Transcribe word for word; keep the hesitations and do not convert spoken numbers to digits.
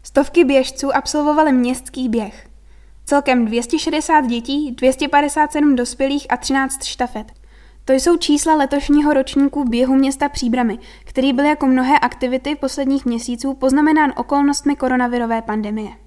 Stovky běžců absolvovali městský běh. Celkem dvě stě šedesát dětí, dvě stě padesát sedm dospělých a třináct štafet. To jsou čísla letošního ročníku běhu města Příbrami, který byl jako mnohé aktivity posledních měsíců poznamenán okolnostmi koronavirové pandemie.